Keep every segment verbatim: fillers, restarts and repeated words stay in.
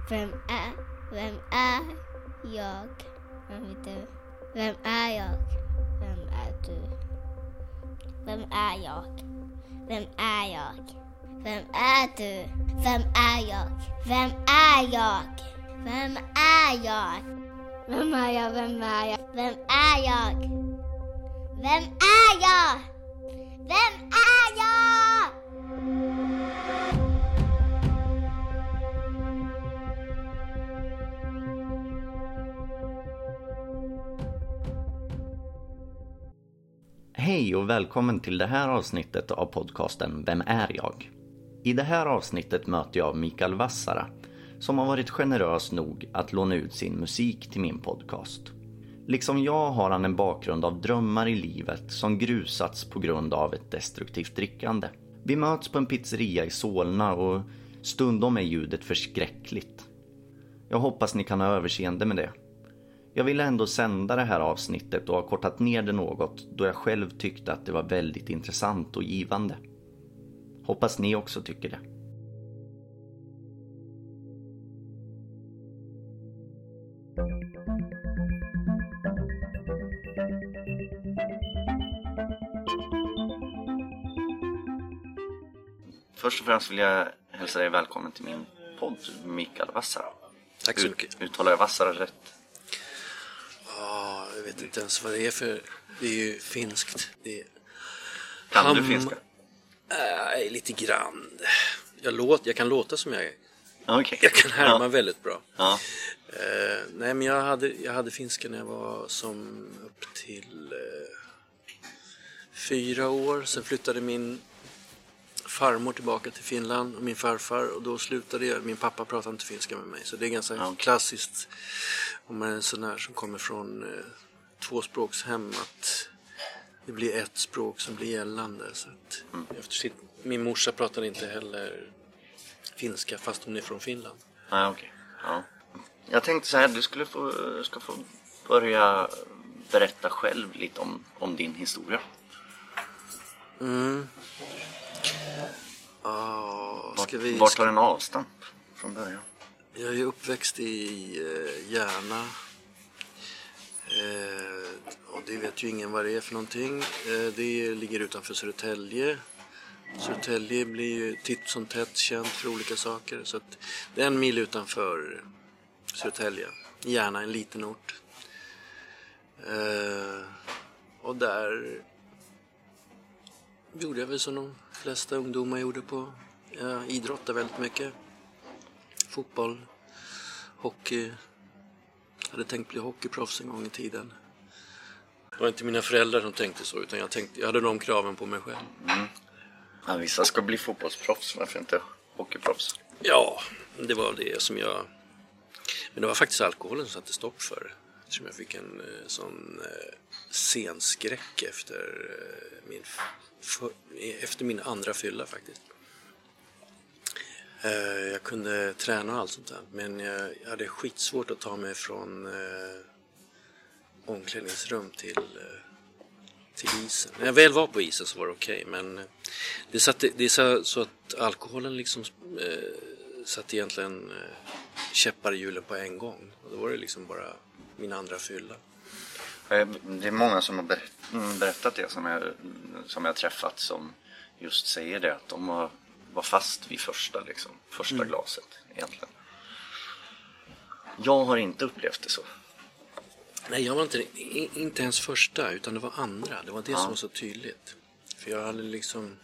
Vem är, vem är jag? Vem är du? Vem är jag? Vem är du? Vem är jag? Vem är jag? Vem är du? Vem är jag? Vem är jag? Vem är jag? Vem är jag? Vem är jag? Vem är jag? Vem är jag? Vem är jag? Hej och välkommen till det här avsnittet av podcasten Vem är jag? I det här avsnittet möter jag Mikael Vassara som har varit generös nog att låna ut sin musik till min podcast. Liksom jag har han en bakgrund av drömmar i livet som grusats på grund av ett destruktivt drickande. Vi möts på en pizzeria i Solna och stundom är ljudet förskräckligt. Jag hoppas ni kan ha överseende med det. Jag ville ändå sända det här avsnittet och har kortat ner det något då jag själv tyckte att det var väldigt intressant och givande. Hoppas ni också tycker det. Först och främst vill jag hälsa dig välkommen till min podd, Mikael Vassara. Tack så mycket. Uttalar jag Vassara rätt? Ja, jag vet inte ens vad det är för... Det är ju finskt. Det är... Kan Ham... du finska? Nej, äh, lite grann. Jag, låt... jag kan låta som jag är. Okay. Jag kan härma ja. väldigt bra. Ja. Uh, nej, men jag hade, jag hade finska när jag var som upp till uh, fyra år. Sen flyttade min farmor tillbaka till Finland och min farfar. Och då slutade jag. Min pappa pratade inte finska med mig. Så det är ganska ja. klassiskt om man är en sån här som kommer från uh, tvåspråkshem att det blir ett språk som blir gällande. Så att mm. efter sitt, min morsa pratar inte heller finska fast hon är från Finland. Ah, okay. Ja. Jag tänkte så här, du skulle få, ska få börja berätta själv lite om, om din historia. Mm. Oh, ska vart, vi... vart tar den avstamp från början? Jag är uppväxt i eh, Järna. Eh, och det vet ju ingen vad det är för någonting. Eh, det ligger utanför Södertälje. Södertälje blir ju titt som tätt känt för olika saker. Så att det är en mil utanför Södertälje. Järna, en liten ort. Eh, och där gjorde jag väl som de flesta ungdomar gjorde på. Jag idrottade väldigt mycket. Fotboll, hockey. Jag hade tänkt bli hockeyproffs en gång i tiden. Det var inte mina föräldrar som tänkte så, utan jag, tänkte, jag hade de kraven på mig själv. Mm. Ja, vissa ska bli fotbollsproffs, varför inte hockeyproffs? Ja, det var det som jag... Men det var faktiskt alkoholen som satte stopp för. Eftersom jag fick en eh, sån eh, scenskräck efter, eh, min för, efter min andra fylla faktiskt. Eh, jag kunde träna och allt sånt där. Men jag, jag hade skitsvårt att ta mig från eh, omklädningsrum till... Eh, till isen. När jag väl var på isen så var det okej, okay, men det, satt, det är så, så att alkoholen liksom eh, satt egentligen eh, käppar i hjulen på en gång. Och då var det liksom bara min andra fylla. Det är många som har berättat det som jag, som jag träffat som just säger det, att de var, var fast vid första, liksom, första mm. glaset egentligen. Jag har inte upplevt det så. Nej, jag var inte, inte ens första, utan det var andra. Det var det ja. som var så tydligt. För jag hade liksom...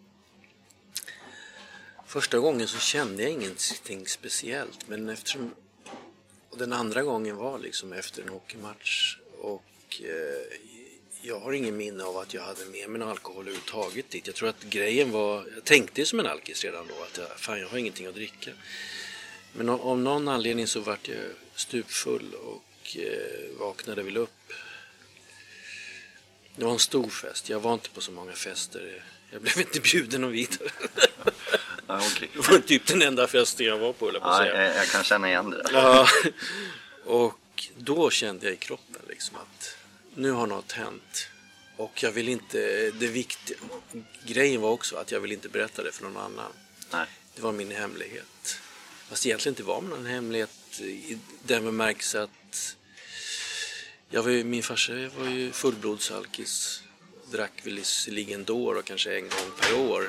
Första gången så kände jag ingenting speciellt. Men eftersom... Och den andra gången var liksom efter en hockeymatch. Och eh, jag har ingen minne av att jag hade med mig någon alkohol överhuvudtaget dit. Jag tror att grejen var... Jag tänkte som en alkis redan då. Att jag, fan, jag har ingenting att dricka. Men av, av någon anledning så vart jag stupfull och... Och vaknade väl upp. Det var en stor fest. Jag var inte på så många fester. Jag blev inte bjuden och vidare. Ja, okay. Det var typ den enda festen jag var på, eller på ja, säga. Jag, jag kan känna igen det. Ja. Och då kände jag i kroppen liksom att nu har något hänt. Och jag vill inte... Det viktiga... Grejen var också att jag vill inte berätta det för någon annan. Nej. Det var min hemlighet. Fast egentligen inte var någon hemlighet i den bemärkelse att jag var ju, min farsa var ju fullblodsalkis. Drack väl visserligen då och kanske en gång per år.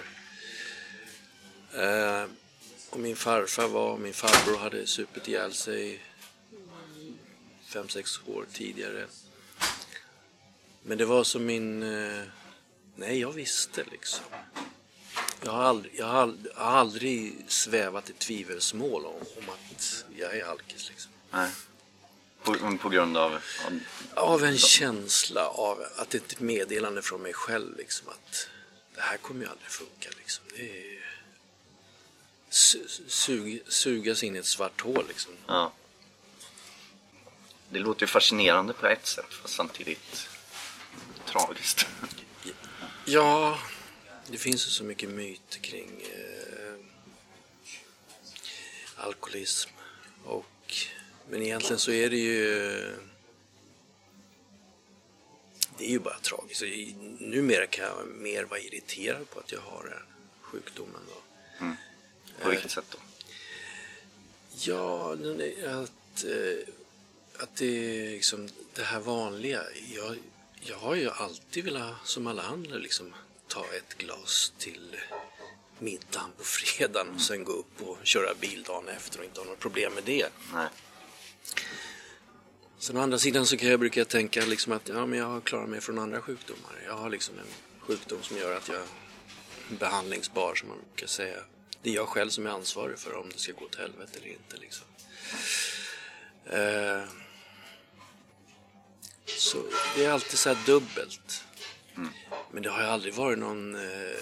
Eh, och min farfar var, min farbror hade supit ihjäl sig fem, sex år tidigare. Men det var som min... Eh, nej, jag visste liksom. Jag har aldrig, jag har aldrig, jag har aldrig svävat i tvivelsmål om, om att jag är alkis liksom. Nej. På, på grund av, av... Av en känsla av att det är ett meddelande från mig själv liksom, att det här kommer ju aldrig funka liksom. Det är su, sug, sugas in i ett svart hål liksom. Ja. Det låter ju fascinerande på ett sätt, fast samtidigt tragiskt. Ja, det finns ju så mycket myter kring eh, alkoholism och men egentligen så är det ju det är ju bara tragiskt. Numera kan jag mer vara irriterad på att jag har den sjukdomen då. Mm. På vilket sätt då? Ja, att, att det är liksom det här vanliga. Jag, jag har ju alltid velat, som alla andra, liksom ta ett glas till middagen på fredagen och sen gå upp och köra bil dagen efter och inte ha något problem med det. Nej. Sen å andra sidan så kan jag brukar tänka liksom att ja, men jag har klarat mig från andra sjukdomar. Jag har liksom en sjukdom som gör att jag är behandlingsbar, som man brukar säga. Det är jag själv som är ansvarig för om det ska gå till helvete eller inte liksom. Eh, så det är alltid så här dubbelt. Mm. Men det har ju aldrig varit någon... Eh,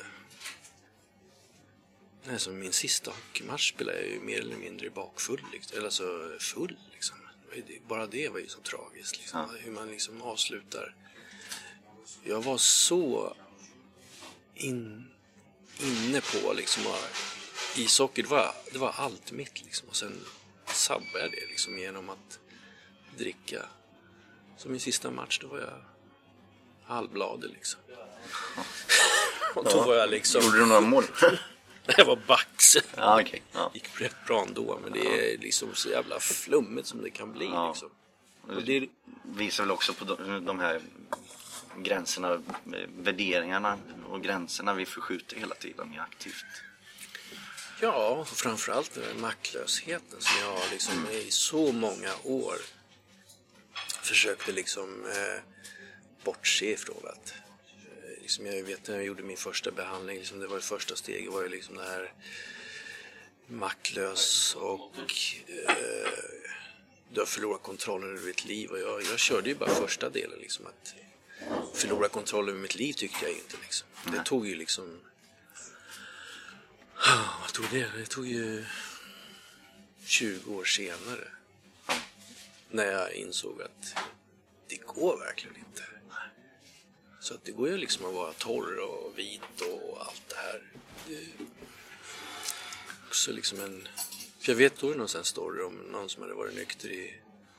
nej, som min sista hockeymatch spelade jag ju mer eller mindre bakfull. Liksom. Eller så full liksom. Bara det var ju så tragiskt liksom. Ja. Hur man liksom avslutar. Jag var så in, inne på liksom ishockey. Det var, det var allt mitt liksom. Och sen sabbade jag det liksom genom att dricka. Så min sista match, då var jag halvbladig liksom. Och då var jag liksom... Gjorde du några mål? Jag var bax. Ja, okay. Ja. Gick rätt bra ändå, men det är liksom så jävla flummigt som det kan bli. Ja. Liksom. Och det visar väl också på de, de här gränserna, värderingarna och gränserna vi förskjuter hela tiden i aktivt. Ja, och framförallt den här maktlösheten som jag liksom i så många år försökte liksom eh, bortse ifrån att liksom jag vet när jag gjorde min första behandling liksom, det var det första steget var ju liksom det här maktlös och eh, du har förlorat kontrollen över ditt liv och jag, jag körde ju bara första delen liksom, att förlora kontrollen över mitt liv tyckte jag inte liksom. Det tog ju liksom vad tog det? Det tog ju tjugo år senare när jag insåg att det går verkligen inte. Så att det går ju liksom att vara torr och vit och allt det här. Det är också liksom en... För jag vet då någon sån story om någon som hade varit nykter i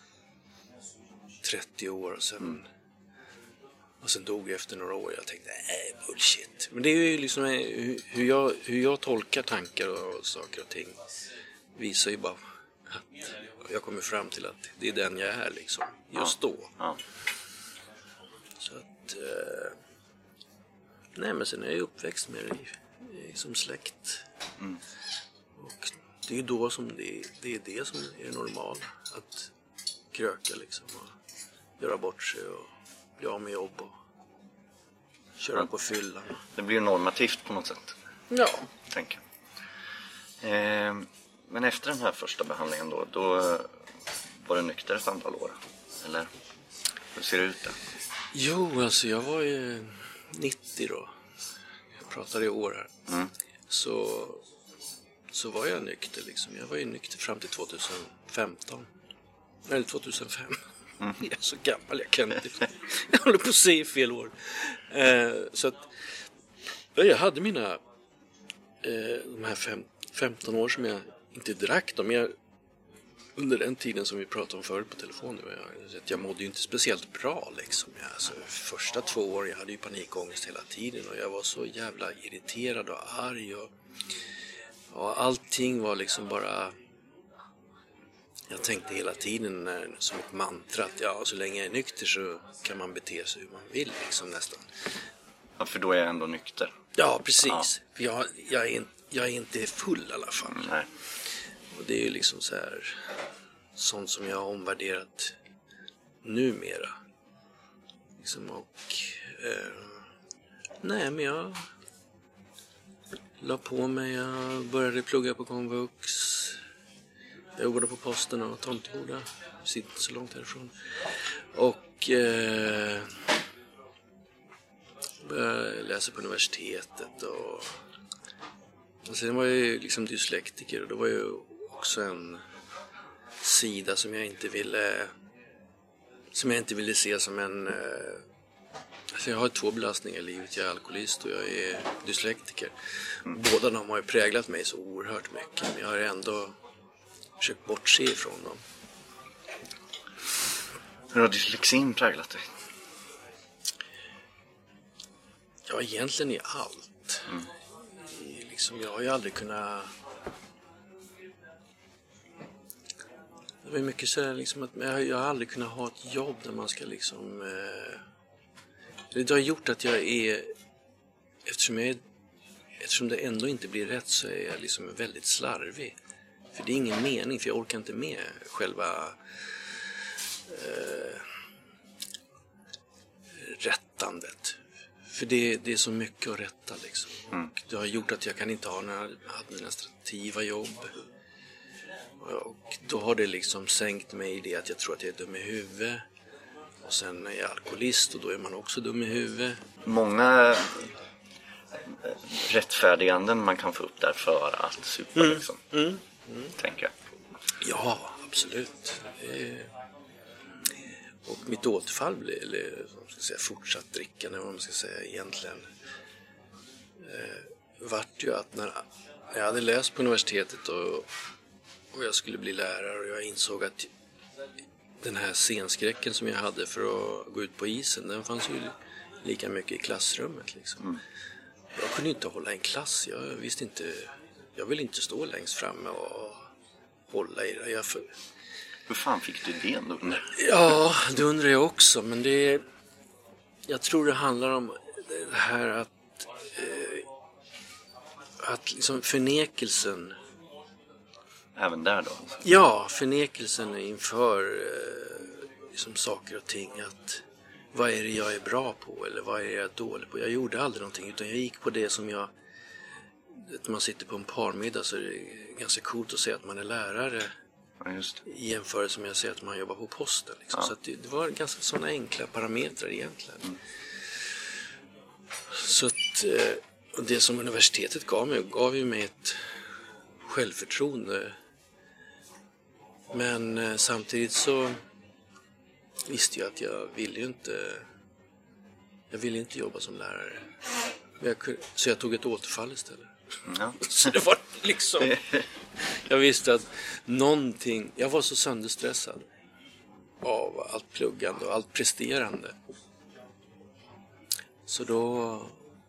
trettio år och sen, och sen dog efter några år. Jag tänkte, nej, bullshit. Men det är ju liksom hur jag, hur jag tolkar tankar och saker och ting visar ju bara att jag kommer fram till att det är den jag är liksom, just då. Ja. Så att... Eh, nej, men sen är jag uppväxt med det i, i, som släkt. Mm. Och det är ju då som det, det är det som är normalt. Att kröka liksom och göra bort sig och bli av med jobb och köra mm. på fyllan. Det blir ju normativt på något sätt. Ja. Tänker. Eh, men efter den här första behandlingen då, då var det nykter ett antal år, eller hur ser det ut där? Jo, alltså jag var ju nittio då. Jag pratar i år här. Mm. Så, så var jag nykter liksom. Jag var ju nykter fram till tjugohundrafemton. Eller tjugohundrafem. Mm. Jag är så gammal, jag kan inte. Jag håller på att säga fel år. Eh, så att jag hade mina eh, de här fem, femton år som jag inte drack dem. Jag, under den tiden som vi pratade om förut på telefonen, jag, jag mådde ju inte speciellt bra liksom. Jag, alltså, första två år jag hade ju panikångest hela tiden och jag var så jävla irriterad och arg och ja, allting var liksom bara... Jag tänkte hela tiden när, som ett mantra att ja, så länge jag är nykter så kan man bete sig hur man vill liksom nästan. Ja, för då är jag ändå nykter. Ja, precis. Ja. För jag, jag, är, jag är inte full i alla fall. Nej. Och det är ju liksom så här sånt som jag har omvärderat numera. Liksom och... Eh, nej, men jag la på mig. Jag började plugga på komvux. Jag jobbade på posten och Tomteboda. Sitter så långt härifrån. Och... Eh, började läsa på universitetet och... och sen var jag ju liksom dyslektiker och det var ju också en sida som jag inte ville som jag inte ville se som en eh, alltså jag har två belastningar i livet. Jag är alkoholist och jag är dyslektiker. Mm. Båda de har ju präglat mig så oerhört mycket, men jag har ändå försökt bortse ifrån dem. Hur har dyslexin präglat dig? Ja, egentligen i allt. Mm. I, liksom, jag har ju aldrig kunnat... Det var mycket så här, liksom, att jag, jag har aldrig kunnat ha ett jobb där man ska liksom... Eh... Det har gjort att jag är... Eftersom, jag är... Eftersom det ändå inte blir rätt så är jag liksom väldigt slarvig. För det är ingen mening, för jag orkar inte med själva... Eh... rättandet. För det, det är så mycket att rätta liksom. Mm. Och det har gjort att jag kan inte ha några administrativa jobb. Och då har det liksom sänkt mig i det att jag tror att jag är dum i huvudet. Och sen är jag alkoholist och då är man också dum i huvudet. Många rättfärdiganden man kan få upp där för att supa mm. liksom. Mm. Mm. Tänker jag. Ja, absolut. Det... Och mitt återfall blev, eller vad man ska säga, fortsatt drickande, vad man ska säga egentligen, eh, vart ju att när, när jag hade läst på universitetet och, och jag skulle bli lärare och jag insåg att den här scenskräcken som jag hade för att gå ut på isen, den fanns ju lika mycket i klassrummet liksom. Mm. Jag kunde inte hålla en klass, jag visste inte, jag ville inte stå längst framme och hålla i det. Jag för, Hur fan fick du det då? Ja, det undrar jag också. Men det är, jag tror det handlar om det här att, eh, att liksom förnekelsen. Även där då? Ja, förnekelsen inför eh, liksom saker och ting. Att vad är det jag är bra på eller vad är jag dålig på? Jag gjorde aldrig någonting utan jag gick på det som jag... När man sitter på en parmiddag så är det ganska coolt att säga att man är lärare. Ja, just det. I jämförelse med att säga att man jobbar på posten. Liksom. Ja. Så att det, det var ganska sådana enkla parametrar egentligen. Mm. Så att och det som universitetet gav mig, gav ju mig ett självförtroende. Men eh, samtidigt så visste jag att jag ville ju inte jag ville inte jobba som lärare. Jag, så jag tog ett återfall istället. Ja. Så det var liksom... Jag visste att någonting... Jag var så sönderstressad av allt pluggande och allt presterande. Så då...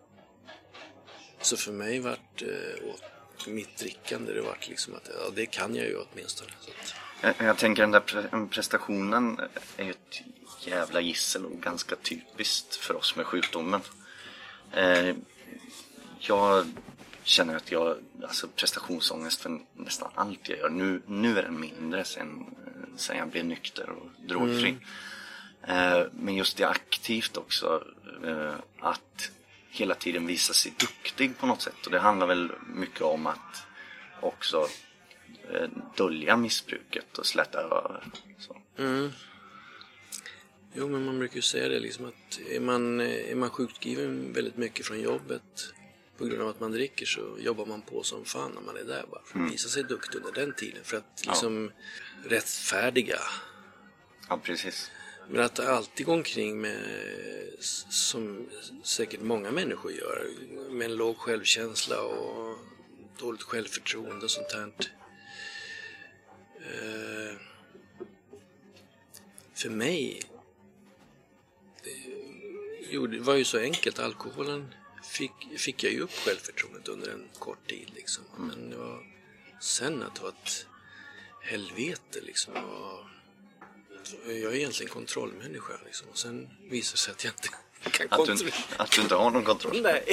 Så för mig vart eh, mitt drickande, det vart liksom att ja, det kan jag ju åtminstone. Så att... jag, jag tänker den där pre- prestationen är ju ett jävla gissel och ganska typiskt för oss med sjukdomen. Eh, jag... känner att jag, alltså prestationsångest för nästan allt jag gör. Nu, nu är den mindre sen, sen jag blev nykter och drogfri. Mm. Eh, men just det aktivt också, eh, att hela tiden visa sig duktig på något sätt. Och det handlar väl mycket om att också eh, dölja missbruket och släta över. Så. Mm. Jo, men man brukar ju säga det liksom att är man, är man sjukskriven väldigt mycket från jobbet på grund av att man dricker så jobbar man på som fan när man är där bara för att mm. visa sig duktig under den tiden för att liksom ja. rättfärdiga. Ja, precis. Men att alltid gå omkring med, som säkert många människor gör, med en låg självkänsla och dåligt självförtroende och sånt här. Eh, för mig det, jo, det var ju så enkelt. Alkoholen fick, fick jag ju upp självförtroendet under en kort tid liksom. Mm. Men det var sen att det var ett helvete liksom. Och jag är egentligen kontrollmänniska liksom. Och sen visar det sig att jag inte kan att kontrollera. Du, att du inte har någon kontroll? Nej.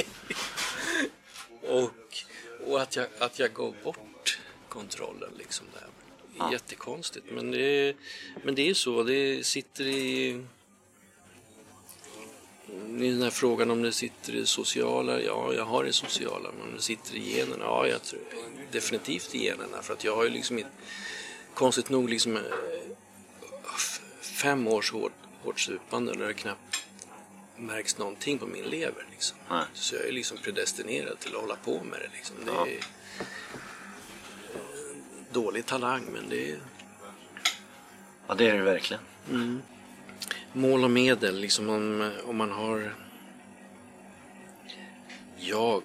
Och, och att, jag, att jag går bort kontrollen liksom där. Det är ja. jättekonstigt. Men det, är, men det är så. Det sitter i... I den här frågan om det sitter i sociala, ja jag har det sociala, men om det sitter i generna, ja jag tror definitivt i generna, för att jag har ju liksom inte, konstigt nog liksom fem års hårt, hårt supande där det knappt märks någonting på min lever liksom. Nej. Så jag är liksom predestinerad till att hålla på med det liksom. Det ja. är dålig talang, men det är... Ja, det är det verkligen. Mm. Mål och medel, liksom om, om man har... Jag...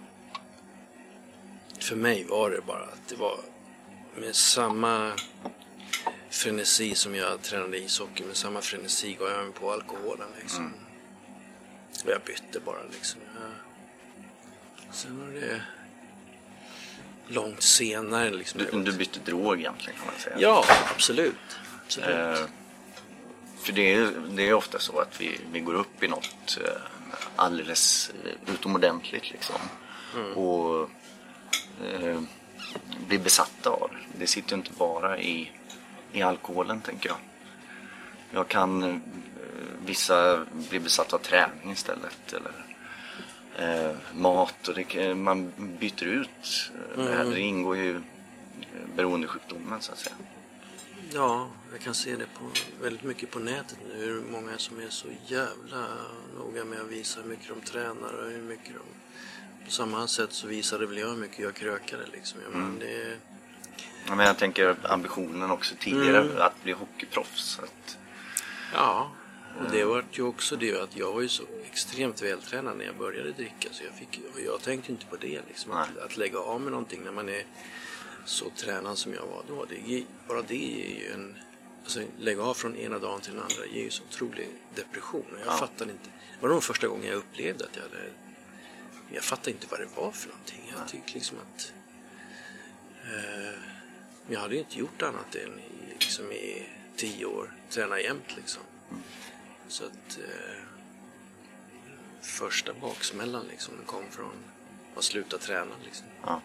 För mig var det bara att det var med samma frenesi som jag tränade ishockey, med samma frenesi går jag på alkoholen liksom. Mm. Och jag bytte bara liksom. Jag... Sen var det långt senare liksom. Du, du bytte drog egentligen kan man säga. Ja, absolut. absolut. Eh... För det är, det är ofta så att vi, vi går upp i något eh, alldeles utomordentligt liksom. Mm. Och eh, blir besatta av det. Det sitter inte bara i, i alkoholen tänker jag. Jag kan, eh, vissa blir besatta av träning istället. Eller eh, mat. Och det, man byter ut. Mm. Det, här, det ingår ju beroendesjukdomen så att säga. Ja, jag kan se det på, väldigt mycket på nätet nu. Hur många som är så jävla noga med att visa hur mycket de tränar och hur mycket de... På samma sätt så visade väl jag hur mycket jag krökade liksom. Jag, mm. men det... ja, men jag tänker ambitionen också tidigare mm. att bli hockeyproffs. Att... Ja, och det var ju också det att jag var ju så extremt vältränad när jag började dricka. Så jag, fick, och jag tänkte inte på det liksom. Att, att lägga av med någonting när man är... så tränad som jag var då. Det, bara det är ju en... Alltså, lägga av från ena dagen till den andra ger ju så otrolig depression. Jag ja. fattade inte... Det var nog första gången jag upplevde att jag hade... Jag fattade inte vad det var för någonting. Jag tyckte liksom att... Eh, jag hade ju inte gjort annat än i, liksom i tio år. Träna jämt liksom. Mm. Så att... Eh, första baksmällan liksom kom från att sluta träna liksom. Ja.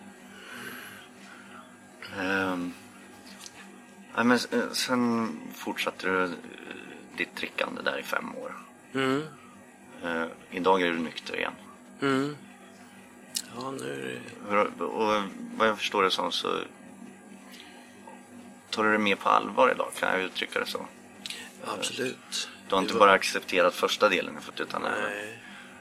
Um, ja, men sen fortsatte du ditt drickande där i fem år. Mm. Uh, idag är du nykter igen. Mm. Ja, nu är det... Och vad jag förstår det som så tar du det mer på allvar idag, kan jag uttrycka det så? Absolut. Du har inte var... bara accepterat första delen utan Nej.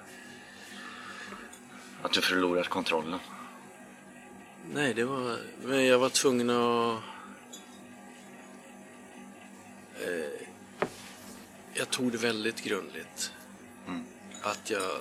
att du förlorat kontrollen. Nej, det var... Men jag var tvungen att... Eh, jag tog det väldigt grundligt. Mm. Att jag...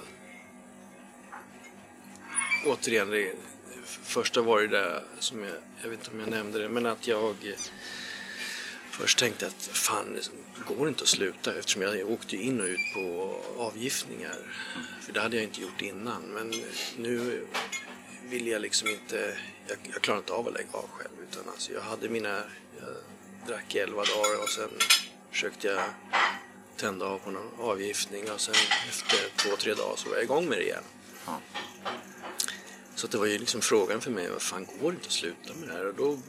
Återigen, det, första var det där som jag... Jag vet inte om jag nämnde det, men att jag... Först tänkte att fan, det går inte att sluta eftersom jag åkte in och ut på avgiftningar. Mm. För det hade jag inte gjort innan, men nu... vill jag liksom inte, jag, jag klarar inte av att lägga av själv, utan alltså jag hade mina, jag drack i elva dagar och sen försökte jag tända av på någon avgiftning och sen efter två, tre dagar så var jag igång med det igen. Ja. Så det var ju liksom frågan för mig, vad fan går det inte att sluta med det här? Och då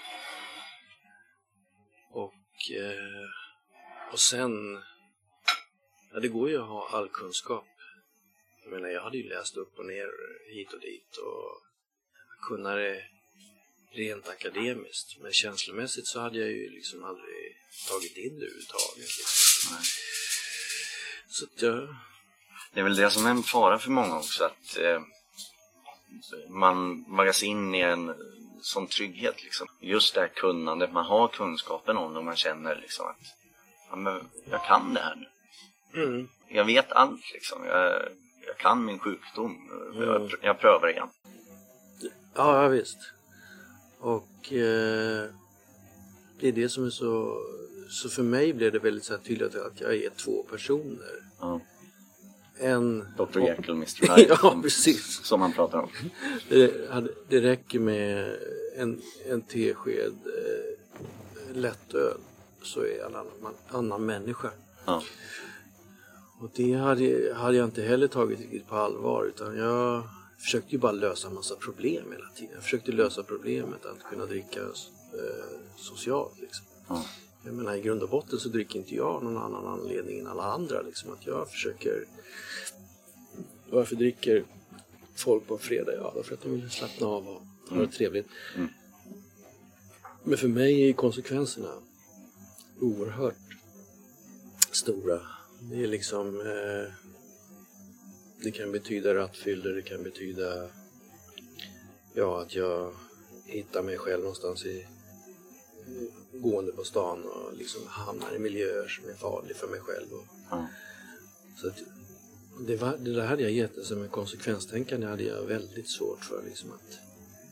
och eh, och sen ja, det går ju att ha all kunskap. Jag menar, jag hade ju läst upp och ner hit och dit och kunna det rent akademiskt. Men känslomässigt så hade jag ju liksom aldrig tagit in det överhuvudtaget. Liksom. Nej. Så att jag... Det är väl det som är en fara för många också, att eh, man vaggas in i en sån trygghet liksom. Just det här kunnandet, man har kunskapen om det och man känner liksom att ja, men jag kan det här nu. Mm. Jag vet allt liksom, jag... Jag kan min sjukdom. Mm. Jag, jag prövar igen. Ja, ja visst. Och eh, det är det som är så... Så för mig blev det väldigt så här tydligt att jag är två personer. Mm. en... doktor Jekyll, mister Hyde. Ja, precis. Som man pratar om. Det, hade, det räcker med en, en tesked eh, lättöl så är en annan, annan människa. Ja. Och det hade, hade jag inte heller tagit riktigt på allvar, utan jag försökte ju bara lösa en massa problem hela tiden. Jag försökte lösa problemet att kunna dricka eh, socialt liksom. Ja. Jag menar, i grund och botten så dricker inte jag någon annan anledning än alla andra liksom, att jag försöker... Varför dricker folk på fredag? Ja, därför att de vill slappna av och ha det trevligt. Mm. Men för mig är konsekvenserna oerhört stora. Det är liksom eh, det kan betyda rattfyllor, det kan betyda ja, att jag hittar mig själv någonstans i gående på stan och liksom hamnar i miljöer som är farliga för mig själv. Och, ja. Så att, det, var, det där hade jag gett, som en konsekvenstänkande hade jag väldigt svårt för liksom att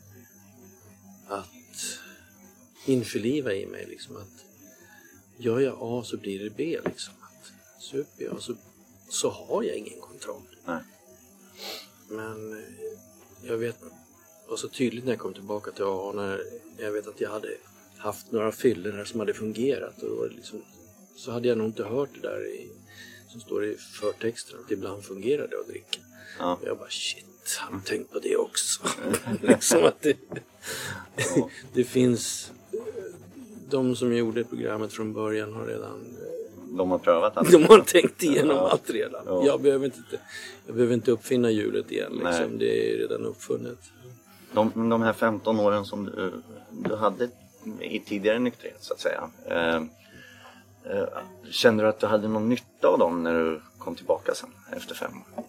att införliva i mig liksom att gör jag A så blir det B liksom. Super jag så, så har jag ingen kontroll. Nej. Men jag vet, det var så tydligt när jag kom tillbaka till A, när jag vet att jag hade haft några fyllor som hade fungerat, och då var det liksom, så hade jag nog inte hört det där i, som står i förtexten, att ibland fungerade det att dricka. Ja. Och jag bara shit, har tänkt på det också. Liksom att det, ja. Det finns, de som gjorde programmet från början har redan De har prövat allt. De har tänkt igenom ja. allt redan. Ja. Jag, behöver inte, jag behöver inte uppfinna hjulet igen. Liksom. Nej. Det är redan uppfunnet. De, de här femton åren som du, du hade i tidigare nykterhet så att säga. Eh, eh, kände du att du hade någon nytta av dem när du kom tillbaka sen efter fem år?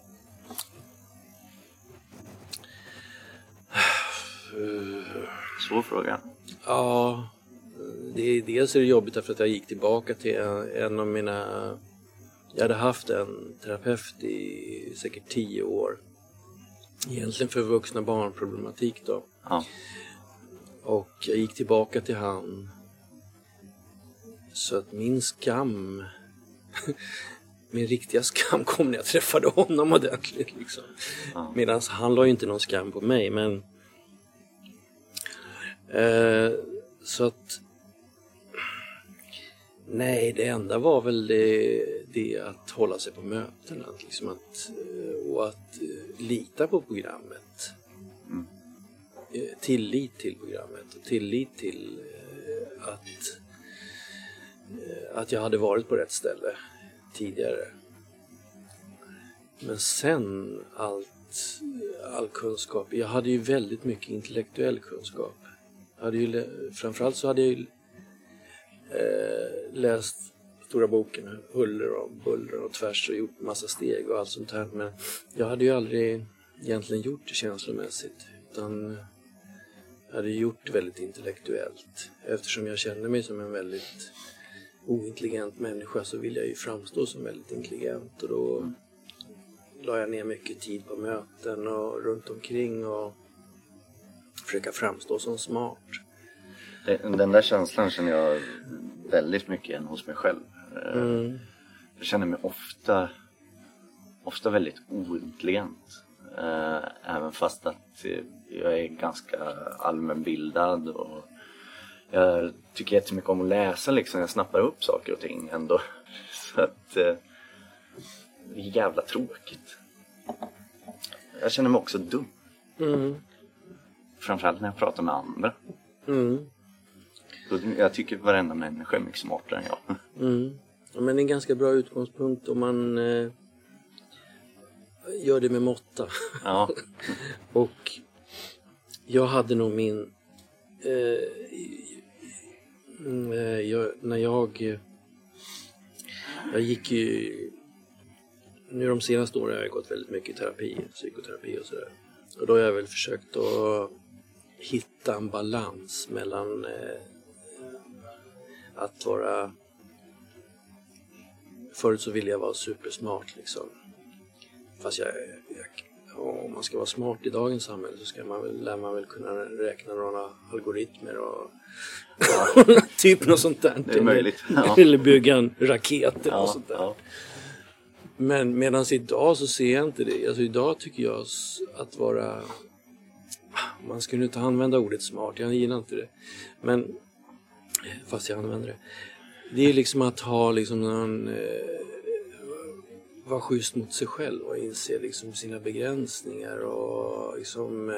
Svår fråga. Ja, det är, dels är det jobbigt därför att jag gick tillbaka till en, en av mina... Jag hade haft en terapeut i säkert tio år. Egentligen för vuxna barnproblematik då. Ja. Och jag gick tillbaka till han. Så att min skam... min riktiga skam kom när jag träffade honom ordentligt liksom. Ja. Medan han la ju inte någon skam på mig, men... Eh, så att... Nej, det enda var väl det, det att hålla sig på möten. Att liksom att, och att lita på programmet. Mm. Tillit till programmet. Och tillit till att, att jag hade varit på rätt ställe tidigare. Men sen allt, all kunskap. Jag hade ju väldigt mycket intellektuell kunskap. Jag hade ju, framförallt så hade jag ju Eh, läst stora boken Huller och buller och tvärs och gjort massa steg och allt sånt här, men jag hade ju aldrig egentligen gjort det känslomässigt, utan jag hade gjort det väldigt intellektuellt. Eftersom jag kände mig som en väldigt ointelligent människa så vill jag ju framstå som väldigt intelligent, och då mm. la jag ner mycket tid på möten och runt omkring och försöka framstå som smart. Den där känslan känner jag väldigt mycket igen hos mig själv. Mm. Jag känner mig ofta ofta väldigt ointelligent. Även fast att jag är ganska allmänbildad och jag tycker jättemycket om att läsa liksom. Jag snappar upp saker och ting ändå. Så att det är jävla tråkigt. Jag känner mig också dum. Mm. Framförallt när jag pratar med andra. Mm. Jag tycker varenda människa är mycket smartare än jag. Mm. Ja, men det är en ganska bra utgångspunkt om man eh, gör det med måtta. Ja. Och jag hade nog min... Eh, eh, jag, när jag... Jag gick ju... Nu de senaste åren har jag gått väldigt mycket i terapi, psykoterapi och sådär. Och då har jag väl försökt att hitta en balans mellan... Eh, att vara... Förut så ville jag vara supersmart liksom. Fast jag, jag, om man ska vara smart i dagens samhälle så ska man väl, lär man väl kunna räkna några algoritmer och ja. typ något sånt där. Det är möjligt. Ja. Eller bygga en raket eller ja, sånt där. Ja. Men medan idag så ser jag inte det. Alltså idag tycker jag att vara... Man skulle inte använda ordet smart, jag gillar inte det. Men, fast jag använder det. Det är liksom att ha liksom någon... Eh, vara schysst mot sig själv och inse liksom sina begränsningar och liksom... Eh,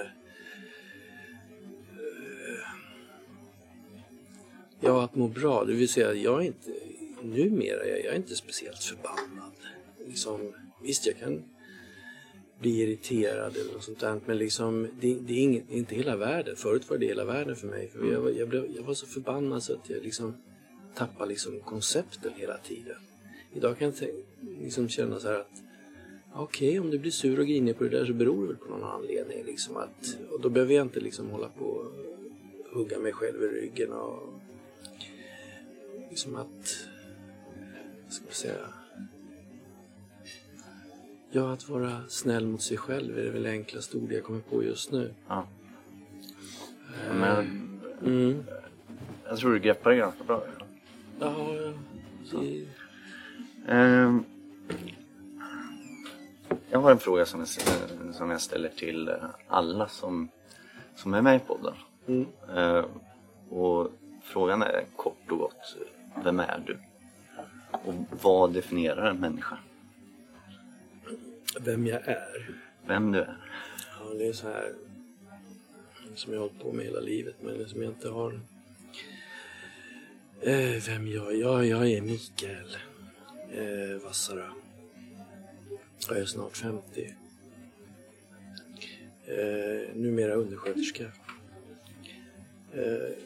ja, att må bra. Det vill säga, jag är inte... Numera jag, jag är inte speciellt förbannad. Liksom, visst, jag kan bli irriterad eller något sånt där, men liksom, det, det är inget, inte hela världen. Förut var det hela världen för mig. För jag, jag, blev, jag var så förbannad så att jag liksom tappade liksom koncepten hela tiden. Idag kan jag liksom känna så här att okej, okay, om du blir sur och grinig på det där så beror det väl på någon anledning. Liksom att, och då behöver jag inte liksom hålla på och hugga mig själv i ryggen och liksom att, vad ska man säga, ja, att vara snäll mot sig själv är det väl enklaste ord jag kommer på just nu. Ja. Men mm. jag tror du greppar det ganska bra. Ja, ja. Det... Um, jag har en fråga som jag, som jag ställer till alla som, som är med i podden. Mm. Uh, och frågan är kort och gott: vem är du? Och vad definierar en människa? Vem jag är? Vem du är? Ja, det är så här som jag har hållit på med hela livet, men som jag inte har... Eh, vem jag är? Ja, jag är Mikael eh, Vassara. Jag är snart femtio. Eh, numera undersköterska. Eh,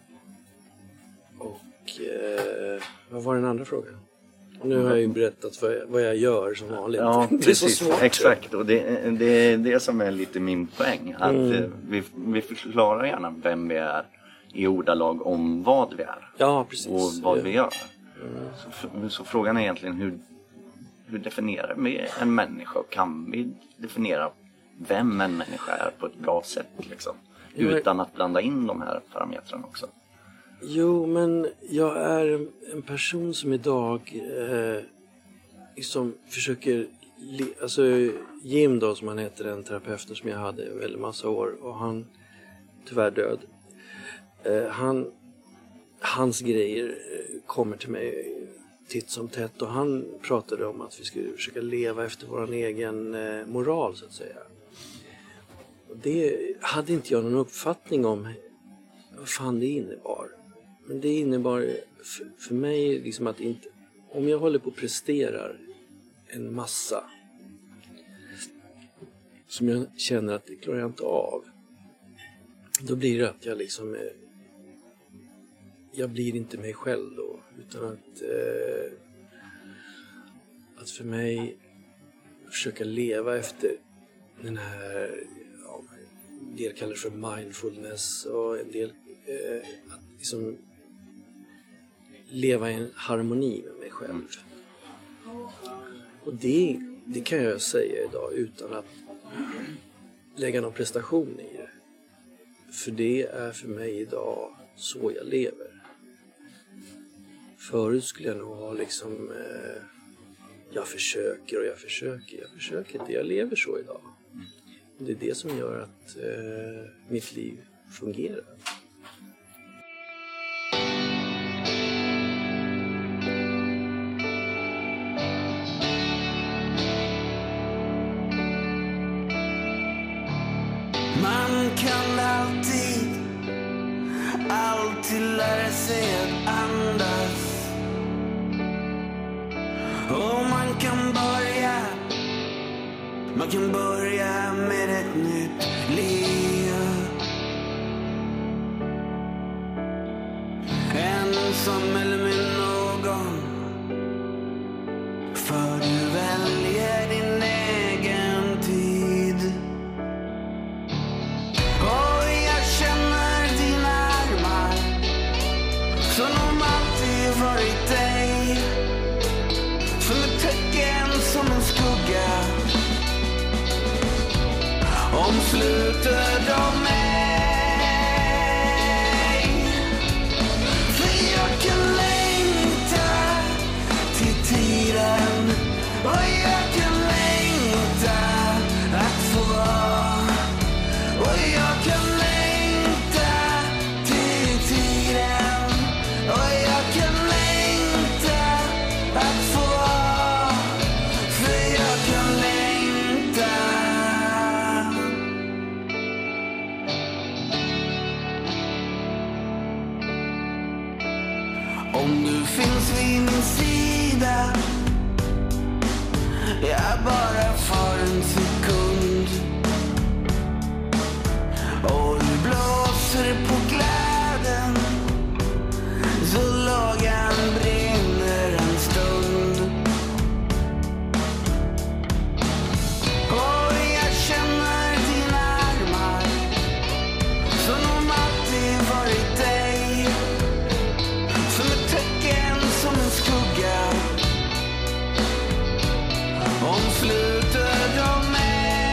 och eh, vad var den andra frågan? Nu har jag ju berättat för vad jag gör som vanligt. Ja, det är precis, så svårt. Exakt, och det, det är det som är lite min poäng. Att Mm. vi, vi förklarar gärna vem vi är i ordalag om vad vi är. Ja, precis. Och vad vi gör. Mm. Så, så frågan är egentligen hur, hur definierar vi en människa? Och kan vi definiera vem en människa är på ett bra sätt liksom? Utan att blanda in de här parametrarna också. Jo, men jag är en person som idag eh, liksom försöker, li- alltså Jim då, som han heter, den terapeuten som jag hade en väldigt massa år, och han tyvärr död. Eh, han, hans grejer kommer till mig titt som tätt, och han pratade om att vi skulle försöka leva efter vår egen eh, moral, så att säga. Och det hade inte jag någon uppfattning om vad fan det innebar. Men det innebar för, för mig liksom att inte, om jag håller på och presterar en massa som jag känner att det klarar jag inte av, då blir det att jag liksom eh, jag blir inte mig själv då, utan att eh, att för mig försöka leva efter den här, ja, en del kallar det för mindfulness, och en del eh, att liksom leva i en harmoni med mig själv. Och det, det kan jag säga idag utan att lägga någon prestation i det. För det är för mig idag så jag lever. Förut skulle jag nog ha liksom eh, jag försöker och jag försöker, jag försöker inte, jag lever så idag. Och det är det som gör att eh, mitt liv fungerar. Man kan alltid, alltid lära sig att andas. Och man kan börja, man kan börja med ett nytt liv. Ensam eller med någon, för du väljer din egen tid. Och jag känner dina armar som de alltid varit dig, som ett tecken, som en skugga, omsluter av mig. För jag kan längta till tiden och jag Om du finns vid min sida, jag bara för en sekund. Och du blåser på glädjen, så lågan brinner en stund. Och jag känner dina armar, som om alltid varit dig. Som ett tecken, som en skugga, om slutet av mig.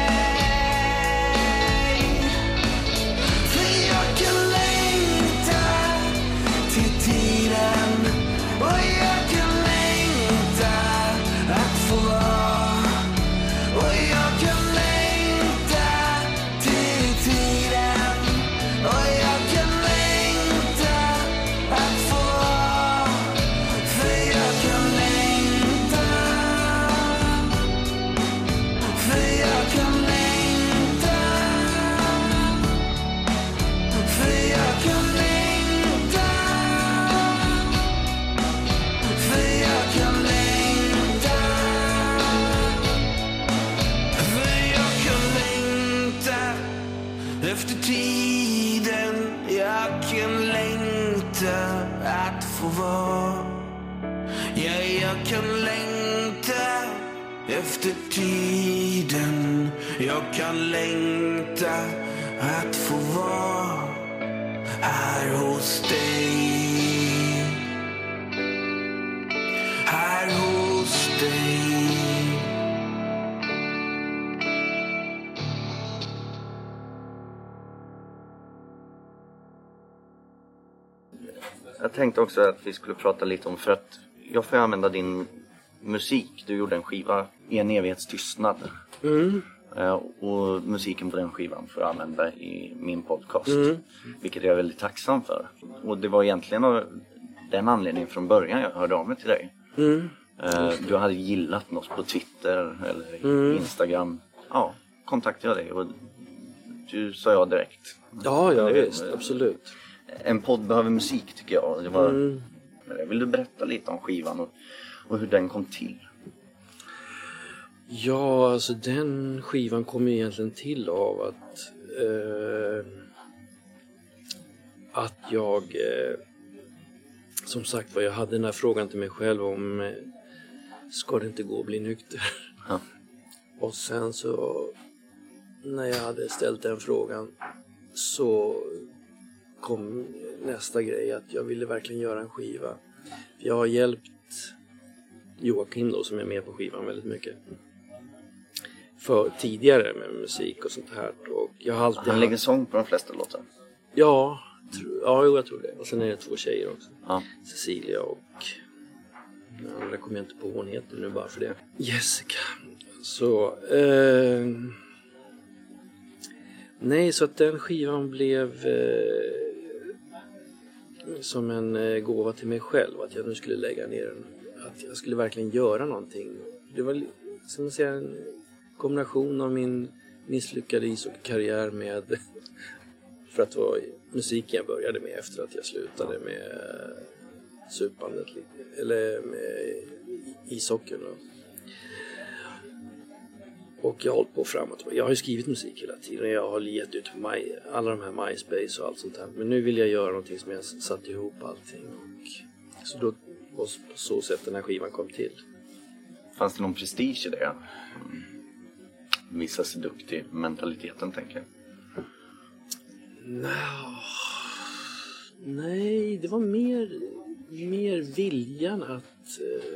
För jag kan längta till tiden, och jag kan längta att få vara. Och jag kan längta till tiden, och jag kan längta att få vara. För jag kan längta, för jag kan längta, för jag kan längta, för jag kan längta, för jag kan längta efter tiden. Jag kan längta att få vara. Ja, jag kan längta efter tiden. Jag kan längta att få vara här hos dig. Här hos dig. Jag tänkte också att vi skulle prata lite om, för att jag får använda din musik. Du gjorde en skiva, En evighets tystnad. Mm. Eh, Och musiken på den skivan får jag använda i min podcast. Mm. Vilket jag är väldigt tacksam för. Och det var egentligen av den anledningen från början jag hörde av mig till dig. Mm. Eh, Du hade gillat något på Twitter eller Mm. Instagram. Ja, kontaktade jag dig och du sa ja direkt. Ja, ja Det- visst, absolut. En podd behöver musik, tycker jag. Det var... Mm. Vill du berätta lite om skivan och, och hur den kom till? Ja, alltså den skivan kom ju egentligen till av att eh, att jag eh, som sagt vad jag hade den här frågan till mig själv om eh, ska det inte gå att bli nykter? Ja. Och sen så när jag hade ställt den frågan så kom nästa grej, att jag ville verkligen göra en skiva. Jag har hjälpt Joakim då, som är med på skivan väldigt mycket för tidigare med musik och sånt här, och jag har alltid Han lägger sång på de flesta låtar. ja, tro, ja jo, jag tror det. Och sen är det två tjejer också, Ja. Cecilia och den andra kommer jag inte på vad hon heter nu bara för det, Jessica. Så eh, nej, så att den skivan blev eh, som en eh, gåva till mig själv, att jag nu skulle lägga ner den, att jag skulle verkligen göra någonting. Det var som att säga en kombination av min misslyckade ishockeykarriär med för att det var musiken jag började med efter att jag slutade med supandet eller med ishockeyn. Och jag har hållit på framåt. Jag har ju skrivit musik hela tiden. Jag har gett ut My, alla de här MySpace och allt sånt här. Men nu vill jag göra någonting som jag satt ihop allting. Och så då på så sätt den här skivan kom till. Fanns det någon prestige i det? Mm. Vissa sig duktig mentaliteten, tänker jag. No. Nej, det var mer, mer viljan att... Eh,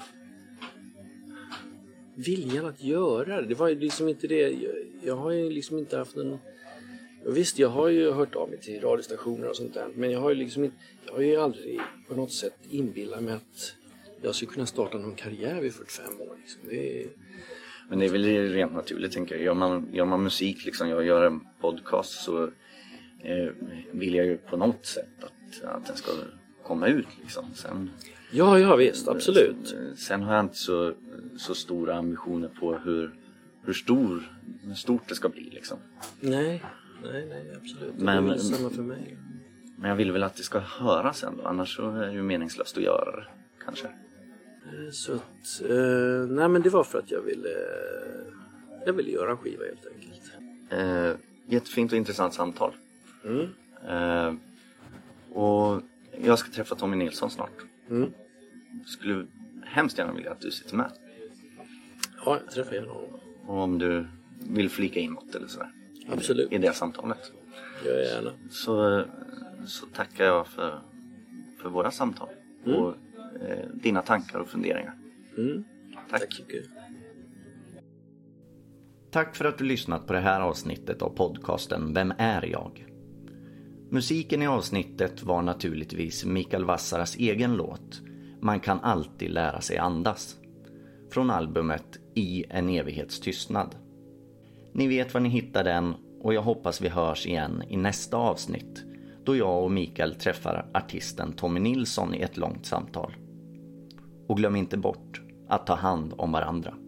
viljan att göra det. Det var ju liksom inte det. Jag, jag har ju liksom inte haft en... Visst, jag har ju hört av mig till radiostationer och sånt där. Men jag har ju liksom inte... Jag har ju aldrig på något sätt inbillat mig att jag skulle kunna starta någon karriär vid fyrtiofem år. Liksom. Det är... Men det är väl rent naturligt, tänker jag. Gör man, gör man musik, liksom, jag gör en podcast, så eh, vill jag ju på något sätt att, att den ska komma ut. Liksom. Sen, Ja, ja visst, absolut. Sen, sen har jag inte så, så stora ambitioner på hur, hur, stor, hur stort det ska bli. Liksom. Nej, nej, nej, absolut. Men- det är samma för mig. Men jag vill väl att det ska höras ändå. Annars så är det ju meningslöst att göra det. Kanske. Så att, eh, nej men det var för att jag ville jag ville göra en skiva helt enkelt. Eh, jättefint och intressant samtal. Mm. Eh, och jag ska träffa Tommy Nilsson snart. Mm. Skulle hemskt gärna vilja att du sitter med. Ja, jag träffar gärna honom. Och om du vill flika in något eller sådär. Absolut. I det samtalet. Gör jag gärna. Så, så tackar jag för, för våra samtal. Mm. Och eh, dina tankar och funderingar. Mm. Tack. Tack mycket. Tack för att du lyssnat på det här avsnittet av podcasten Vem är jag? Musiken i avsnittet var naturligtvis Mikael Vassaras egen låt Man kan alltid lära sig andas. Från albumet I en evighets tystnad. Ni vet var ni hittar den och jag hoppas vi hörs igen i nästa avsnitt då jag och Mikael träffar artisten Tommy Nilsson i ett långt samtal. Och glöm inte bort att ta hand om varandra.